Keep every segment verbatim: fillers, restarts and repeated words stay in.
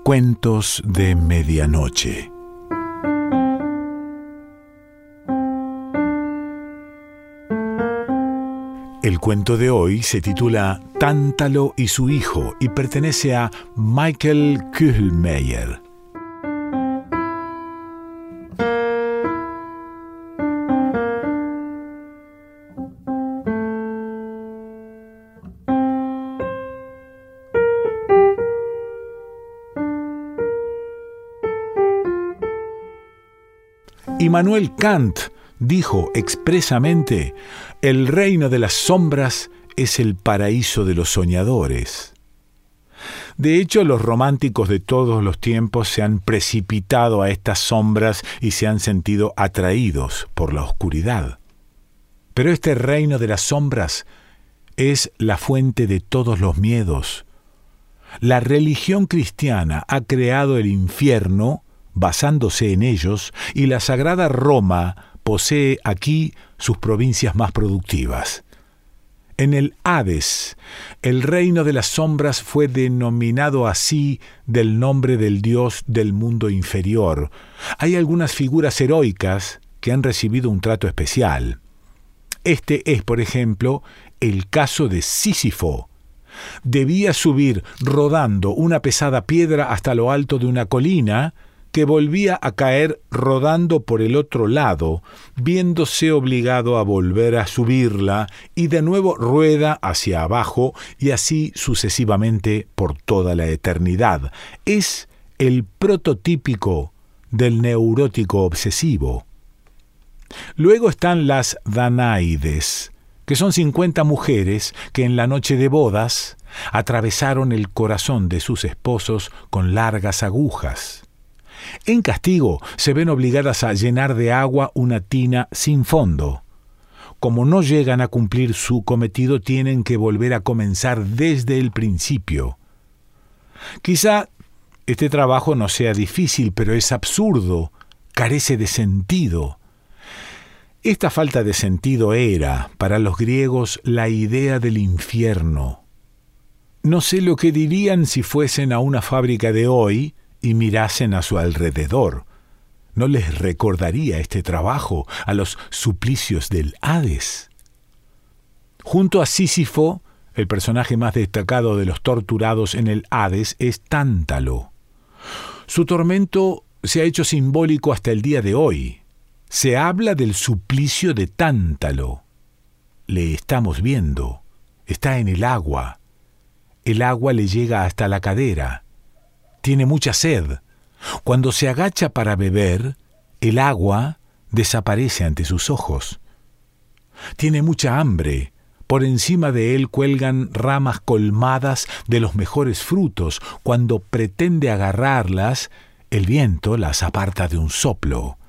Cuentos de Medianoche. El cuento de hoy se titula Tántalo y su hijo y pertenece a Michael Kuhlmeier. Immanuel Kant dijo expresamente: el reino de las sombras es el paraíso de los soñadores. De hecho, los románticos de todos los tiempos se han precipitado a estas sombras y se han sentido atraídos por la oscuridad. Pero este reino de las sombras es la fuente de todos los miedos. La religión cristiana ha creado el infierno basándose en ellos, y la Sagrada Roma posee aquí sus provincias más productivas. En el Hades, el reino de las sombras fue denominado así del nombre del dios del mundo inferior. Hay algunas figuras heroicas que han recibido un trato especial. Este es, por ejemplo, el caso de Sísifo. Debía subir rodando una pesada piedra hasta lo alto de una colina, que volvía a caer rodando por el otro lado, viéndose obligado a volver a subirla, y de nuevo rueda hacia abajo, y así sucesivamente por toda la eternidad. Es el prototípico del neurótico obsesivo. Luego están las Danáides, que son cincuenta mujeres que en la noche de bodas atravesaron el corazón de sus esposos con largas agujas. En castigo, se ven obligadas a llenar de agua una tina sin fondo. Como no llegan a cumplir su cometido, tienen que volver a comenzar desde el principio. Quizá este trabajo no sea difícil, pero es absurdo, carece de sentido. Esta falta de sentido era, para los griegos, la idea del infierno. No sé lo que dirían si fuesen a una fábrica de hoy y mirasen a su alrededor. ¿No les recordaría este trabajo a los suplicios del Hades? Junto a Sísifo, el personaje más destacado de los torturados en el Hades es Tántalo. Su tormento se ha hecho simbólico hasta el día de hoy. Se habla del suplicio de Tántalo. Le estamos viendo. Está en el agua. El agua le llega hasta la cadera. Tiene mucha sed. Cuando se agacha para beber, el agua desaparece ante sus ojos. Tiene mucha hambre. Por encima de él cuelgan ramas colmadas de los mejores frutos. Cuando pretende agarrarlas, el viento las aparta de un soplo.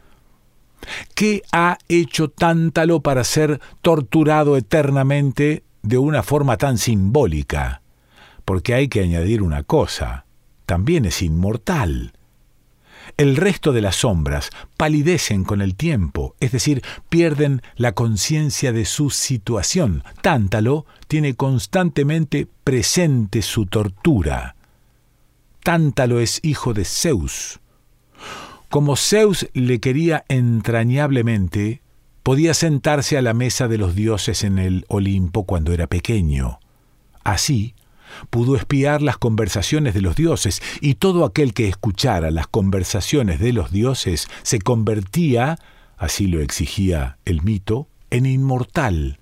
¿Qué ha hecho Tántalo para ser torturado eternamente de una forma tan simbólica? Porque hay que añadir una cosa: también es inmortal. El resto de las sombras palidecen con el tiempo, es decir, pierden la conciencia de su situación. Tántalo tiene constantemente presente su tortura. Tántalo es hijo de Zeus. Como Zeus le quería entrañablemente, podía sentarse a la mesa de los dioses en el Olimpo cuando era pequeño. Así, pudo espiar las conversaciones de los dioses, y todo aquel que escuchara las conversaciones de los dioses se convertía, así lo exigía el mito, en inmortal.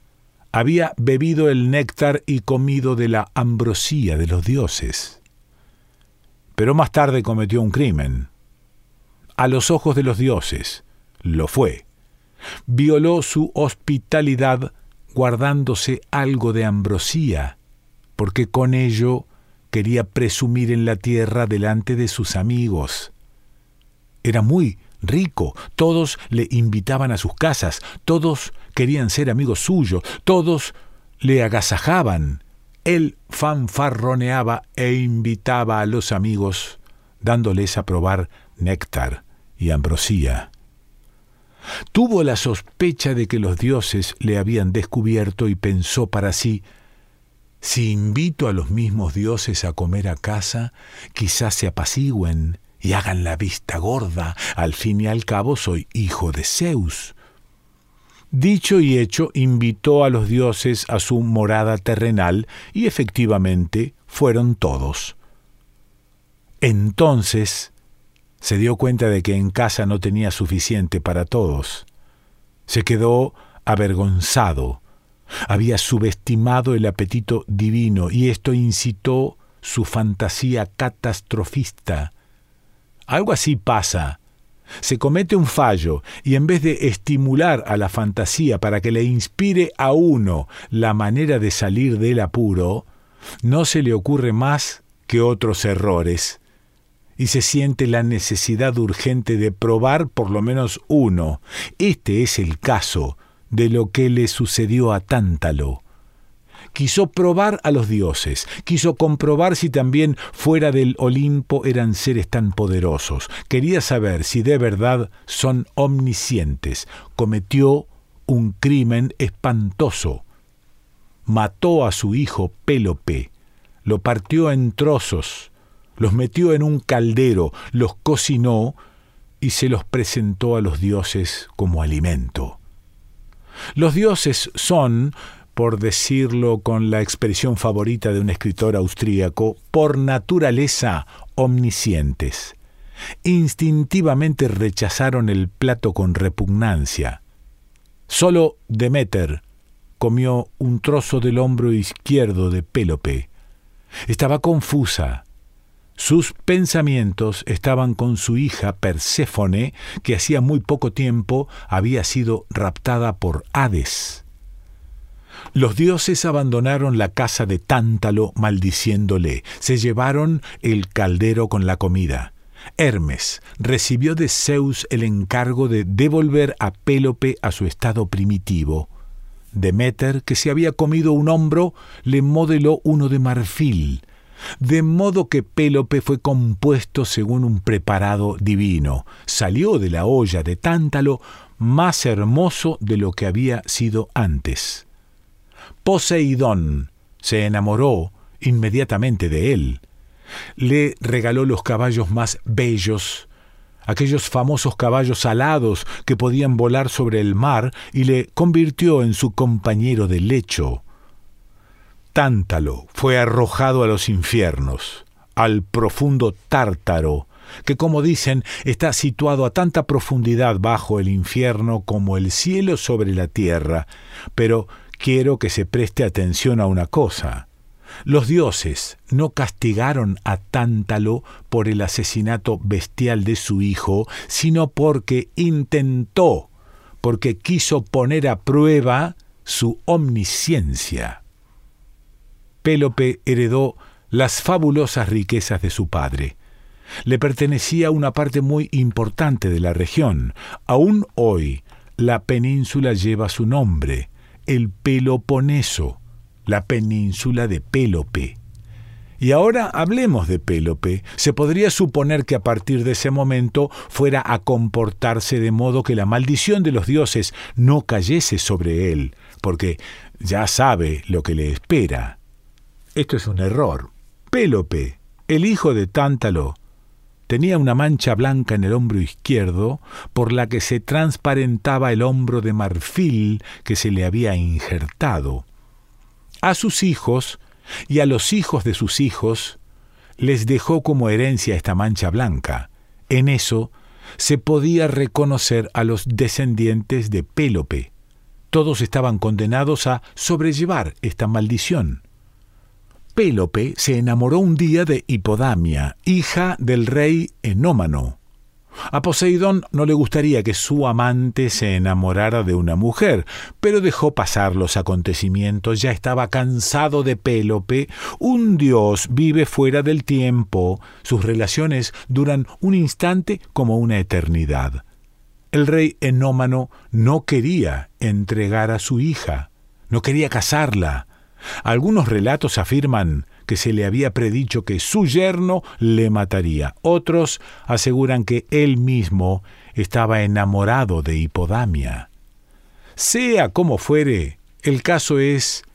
Había bebido el néctar y comido de la ambrosía de los dioses. Pero más tarde cometió un crimen. A los ojos de los dioses, lo fue. Violó su hospitalidad guardándose algo de ambrosía, porque con ello quería presumir en la tierra delante de sus amigos. Era muy rico, todos le invitaban a sus casas, todos querían ser amigos suyos, todos le agasajaban. Él fanfarroneaba e invitaba a los amigos, dándoles a probar néctar y ambrosía. Tuvo la sospecha de que los dioses le habían descubierto y pensó para sí: Si invito a los mismos dioses a comer a casa, quizás se apacigüen y hagan la vista gorda. Al fin y al cabo soy hijo de Zeus. Dicho y hecho, invitó a los dioses a su morada terrenal y efectivamente fueron todos. Entonces se dio cuenta de que en casa no tenía suficiente para todos. Se quedó avergonzado. Había subestimado el apetito divino y esto incitó su fantasía catastrofista. Algo así pasa. Se comete un fallo y en vez de estimular a la fantasía para que le inspire a uno la manera de salir del apuro, no se le ocurre más que otros errores y se siente la necesidad urgente de probar por lo menos uno. Este es el caso de lo que le sucedió a Tántalo. Quiso probar a los dioses, quiso comprobar si también fuera del Olimpo eran seres tan poderosos. Quería saber si de verdad son omniscientes. Cometió un crimen espantoso. Mató a su hijo Pélope, lo partió en trozos, los metió en un caldero, los cocinó y se los presentó a los dioses como alimento. Los dioses son, por decirlo con la expresión favorita de un escritor austríaco, por naturaleza omniscientes. Instintivamente rechazaron el plato con repugnancia. Solo Deméter comió un trozo del hombro izquierdo de Pélope. Estaba confusa. Sus pensamientos estaban con su hija Perséfone, que hacía muy poco tiempo había sido raptada por Hades. Los dioses abandonaron la casa de Tántalo maldiciéndole. Se llevaron el caldero con la comida. Hermes recibió de Zeus el encargo de devolver a Pélope a su estado primitivo. Deméter, que se había comido un hombro, le modeló uno de marfil, de modo que Pélope fue compuesto según un preparado divino. Salió de la olla de Tántalo más hermoso de lo que había sido antes. Poseidón se enamoró inmediatamente de él. Le regaló los caballos más bellos, aquellos famosos caballos alados que podían volar sobre el mar, y le convirtió en su compañero de lecho. Tántalo fue arrojado a los infiernos, al profundo Tártaro, que, como dicen, está situado a tanta profundidad bajo el infierno como el cielo sobre la tierra. Pero quiero que se preste atención a una cosa. Los dioses no castigaron a Tántalo por el asesinato bestial de su hijo, sino porque intentó, porque quiso poner a prueba su omnisciencia. Pélope heredó las fabulosas riquezas de su padre. Le pertenecía una parte muy importante de la región. Aún hoy, la península lleva su nombre, el Peloponeso, la península de Pélope. Y ahora hablemos de Pélope. Se podría suponer que a partir de ese momento fuera a comportarse de modo que la maldición de los dioses no cayese sobre él, porque ya sabe lo que le espera. Esto es un error. Pélope, el hijo de Tántalo, tenía una mancha blanca en el hombro izquierdo por la que se transparentaba el hombro de marfil que se le había injertado. A sus hijos y a los hijos de sus hijos les dejó como herencia esta mancha blanca. En eso se podía reconocer a los descendientes de Pélope. Todos estaban condenados a sobrellevar esta maldición. Pélope se enamoró un día de Hipodamia, hija del rey Enómano. A Poseidón no le gustaría que su amante se enamorara de una mujer, pero dejó pasar los acontecimientos. Ya estaba cansado de Pélope. Un dios vive fuera del tiempo. Sus relaciones duran un instante como una eternidad. El rey Enómano no quería entregar a su hija, no quería casarla. Algunos relatos afirman que se le había predicho que su yerno le mataría. Otros aseguran que él mismo estaba enamorado de Hipodamia. Sea como fuere, el caso es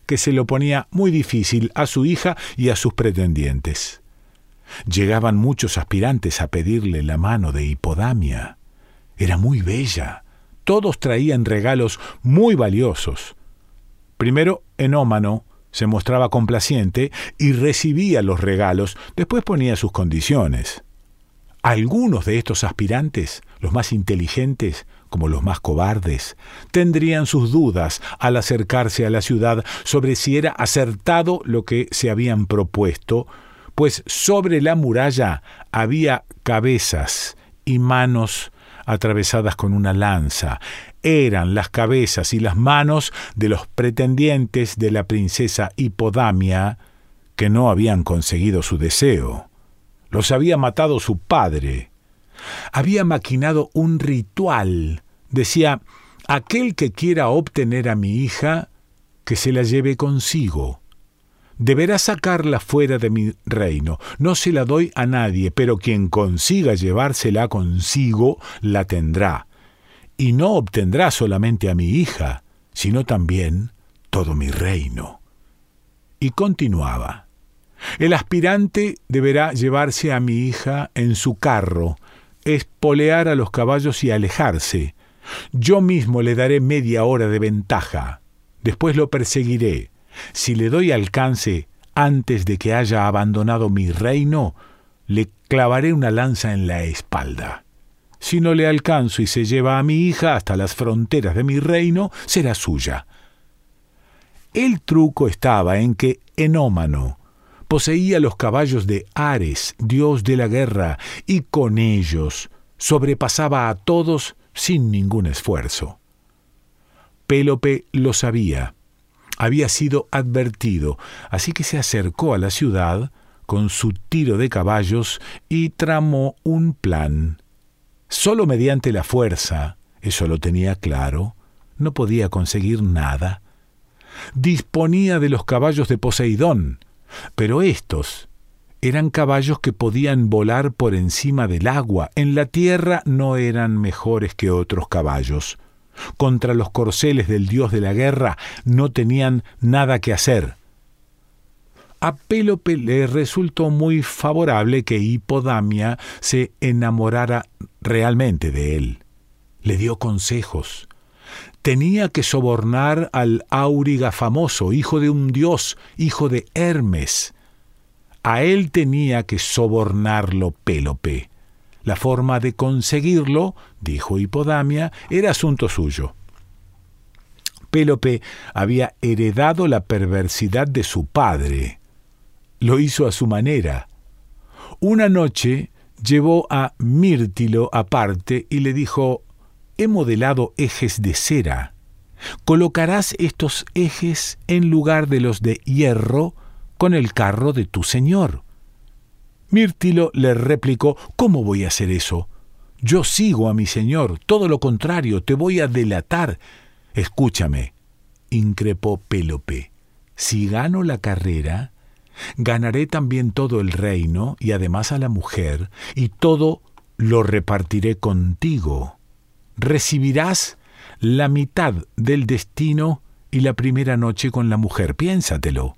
que se lo ponía muy difícil a su hija y a sus pretendientes. Llegaban muchos aspirantes a pedirle la mano de Hipodamia. Era muy bella. Todos traían regalos muy valiosos. Primero, Enómano se mostraba complaciente y recibía los regalos, después ponía sus condiciones. Algunos de estos aspirantes, los más inteligentes como los más cobardes, tendrían sus dudas al acercarse a la ciudad sobre si era acertado lo que se habían propuesto, pues sobre la muralla había cabezas y manos atravesadas con una lanza. Eran las cabezas y las manos de los pretendientes de la princesa Hipodamia que no habían conseguido su deseo. Los había matado su padre. Había maquinado un ritual. Decía: aquel que quiera obtener a mi hija, que se la lleve consigo. Deberá sacarla fuera de mi reino. No se la doy a nadie, pero quien consiga llevársela consigo, la tendrá. Y no obtendrá solamente a mi hija, sino también todo mi reino. Y continuaba: el aspirante deberá llevarse a mi hija en su carro, espolear a los caballos y alejarse. Yo mismo le daré media hora de ventaja. Después lo perseguiré. Si le doy alcance antes de que haya abandonado mi reino, le clavaré una lanza en la espalda. Si no le alcanzo y se lleva a mi hija hasta las fronteras de mi reino, será suya. El truco estaba en que Enómano poseía los caballos de Ares, dios de la guerra, y con ellos sobrepasaba a todos sin ningún esfuerzo. Pélope lo sabía. Había sido advertido, así que se acercó a la ciudad con su tiro de caballos y tramó un plan. Solo mediante la fuerza, eso lo tenía claro, no podía conseguir nada. Disponía de los caballos de Poseidón, pero estos eran caballos que podían volar por encima del agua. En la tierra no eran mejores que otros caballos. Contra los corceles del dios de la guerra no tenían nada que hacer. A Pélope le resultó muy favorable que Hipodamia se enamorara realmente de él. Le dio consejos. Tenía que sobornar al Áuriga famoso, hijo de un dios, hijo de Hermes. A él tenía que sobornarlo Pélope. La forma de conseguirlo, dijo Hipodamia, era asunto suyo. Pélope había heredado la perversidad de su padre. Lo hizo a su manera. Una noche llevó a Mírtilo aparte y le dijo: «He modelado ejes de cera. Colocarás estos ejes en lugar de los de hierro con el carro de tu señor». Mírtilo le replicó: «¿Cómo voy a hacer eso? Yo sigo a mi señor, todo lo contrario, te voy a delatar». «Escúchame», increpó Pélope, «si gano la carrera, ganaré también todo el reino y además a la mujer, y todo lo repartiré contigo. Recibirás la mitad del destino y la primera noche con la mujer, piénsatelo».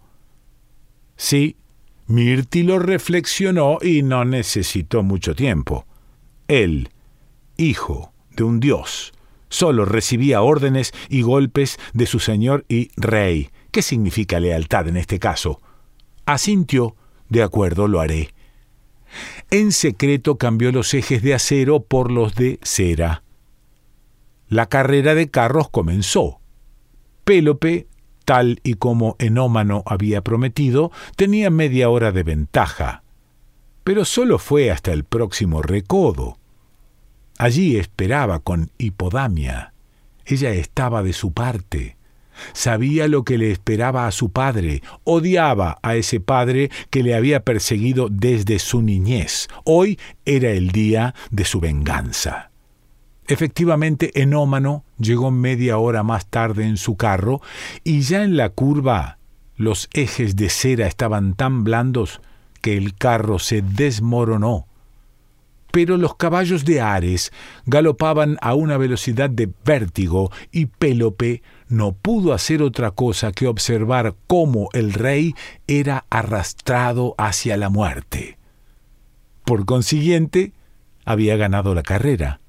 Sí, Mírtilo reflexionó y no necesitó mucho tiempo. Él, hijo de un dios, solo recibía órdenes y golpes de su señor y rey. ¿Qué significa lealtad en este caso? Asintió: «De acuerdo, lo haré». En secreto cambió los ejes de acero por los de cera. La carrera de carros comenzó. Pélope, tal y como Enómano había prometido, tenía media hora de ventaja, pero solo fue hasta el próximo recodo. Allí esperaba con Hipodamia. Ella estaba de su parte. Sabía lo que le esperaba a su padre. Odiaba a ese padre que le había perseguido desde su niñez. Hoy era el día de su venganza. Efectivamente, Enómano llegó media hora más tarde en su carro y ya en la curva los ejes de cera estaban tan blandos que el carro se desmoronó. Pero los caballos de Ares galopaban a una velocidad de vértigo y Pélope no pudo hacer otra cosa que observar cómo el rey era arrastrado hacia la muerte. Por consiguiente, había ganado la carrera.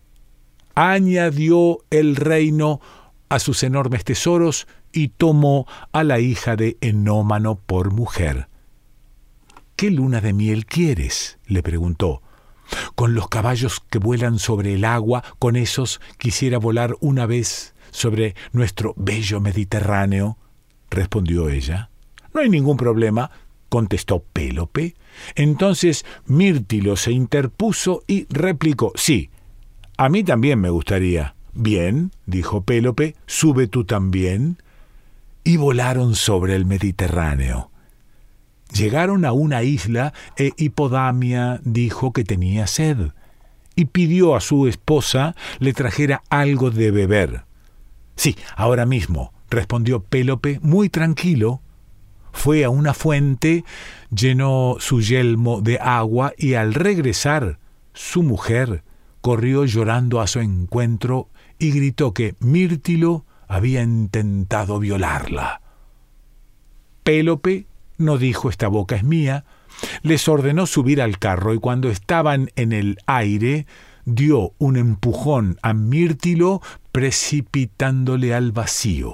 Añadió el reino a sus enormes tesoros y tomó a la hija de Enómano por mujer. «¿Qué luna de miel quieres?», le preguntó. «Con los caballos que vuelan sobre el agua, con esos quisiera volar una vez sobre nuestro bello Mediterráneo», respondió ella. «No hay ningún problema», contestó Pélope. Entonces Mírtilo se interpuso y replicó: «Sí, a mí también me gustaría». «Bien», dijo Pélope, «sube tú también». Y volaron sobre el Mediterráneo. Llegaron a una isla e Hipodamia dijo que tenía sed y pidió a su esposa le trajera algo de beber. «Sí, ahora mismo», respondió Pélope muy tranquilo. Fue a una fuente, llenó su yelmo de agua y al regresar, su mujer corrió llorando a su encuentro y gritó que Mírtilo había intentado violarla. Pélope no dijo «esta boca es mía», les ordenó subir al carro y cuando estaban en el aire dio un empujón a Mírtilo precipitándole al vacío.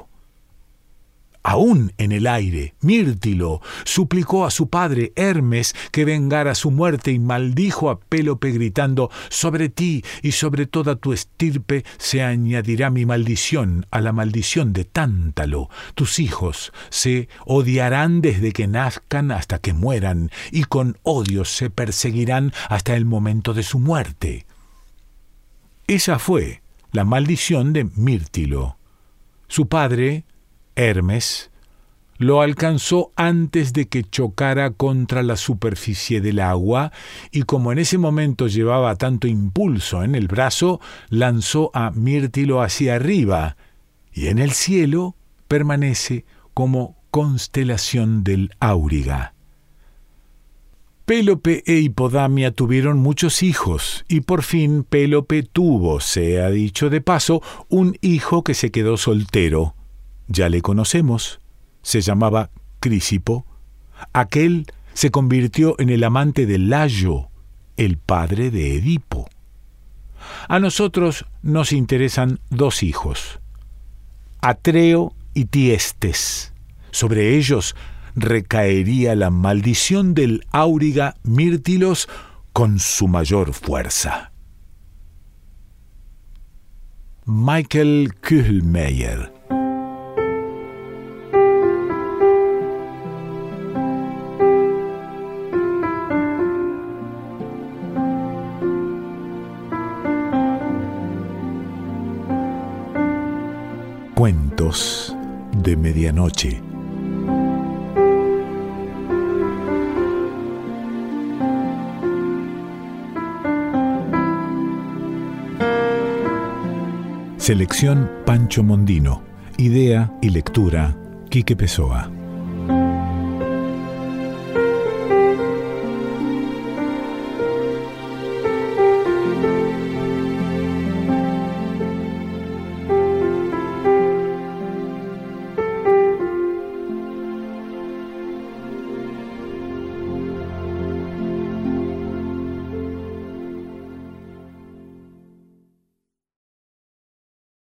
Aún en el aire, Mírtilo suplicó a su padre Hermes que vengara su muerte y maldijo a Pélope gritando: «Sobre ti y sobre toda tu estirpe se añadirá mi maldición a la maldición de Tántalo. Tus hijos se odiarán desde que nazcan hasta que mueran, y con odio se perseguirán hasta el momento de su muerte». Esa fue la maldición de Mírtilo. Su padre, Hermes, lo alcanzó antes de que chocara contra la superficie del agua y como en ese momento llevaba tanto impulso en el brazo, lanzó a Mírtilo hacia arriba y en el cielo permanece como constelación del Auriga. Pélope e Hipodamia tuvieron muchos hijos y por fin Pélope tuvo, sea dicho de paso, un hijo que se quedó soltero. Ya le conocemos, se llamaba Crisipo. Aquel se convirtió en el amante de Layo, el padre de Edipo. A nosotros nos interesan dos hijos, Atreo y Tiestes. Sobre ellos recaería la maldición del Auriga Mírtilos con su mayor fuerza. Michael Kuhlmeier. Cuentos de medianoche. Selección Pancho Mondino. Idea y lectura Quique Pessoa.